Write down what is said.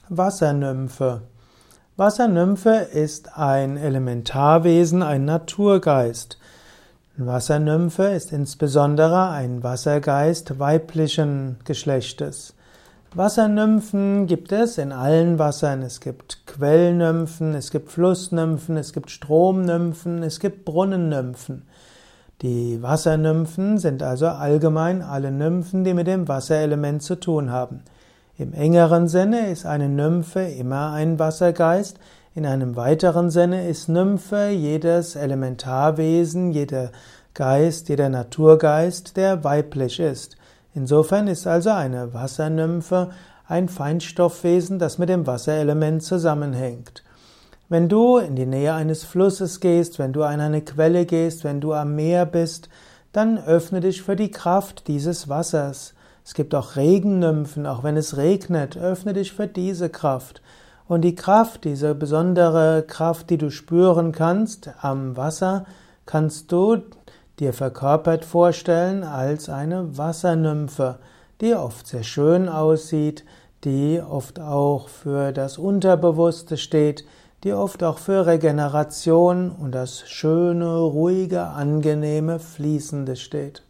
Wassernymphe. Wassernymphe ist ein Elementarwesen, ein Naturgeist. Wassernymphe ist insbesondere ein Wassergeist weiblichen Geschlechtes. Wassernymphen gibt es in allen Wassern. Es gibt Quellnymphen, es gibt Flussnymphen, es gibt Stromnymphen, es gibt Brunnennymphen. Die Wassernymphen sind also allgemein alle Nymphen, die mit dem Wasserelement zu tun haben. Im engeren Sinne ist eine Nymphe immer ein Wassergeist. In einem weiteren Sinne ist Nymphe jedes Elementarwesen, jeder Geist, jeder Naturgeist, der weiblich ist. Insofern ist also eine Wassernymphe ein Feinstoffwesen, das mit dem Wasserelement zusammenhängt. Wenn du in die Nähe eines Flusses gehst, wenn du an eine Quelle gehst, wenn du am Meer bist, dann öffne dich für die Kraft dieses Wassers. Es gibt auch Regennymphen, auch wenn es regnet, öffne dich für diese Kraft. Und die Kraft, diese besondere Kraft, die du spüren kannst am Wasser, kannst du dir verkörpert vorstellen als eine Wassernymphe, die oft sehr schön aussieht, die oft auch für das Unterbewusste steht, die oft auch für Regeneration und das schöne, ruhige, angenehme, fließende steht.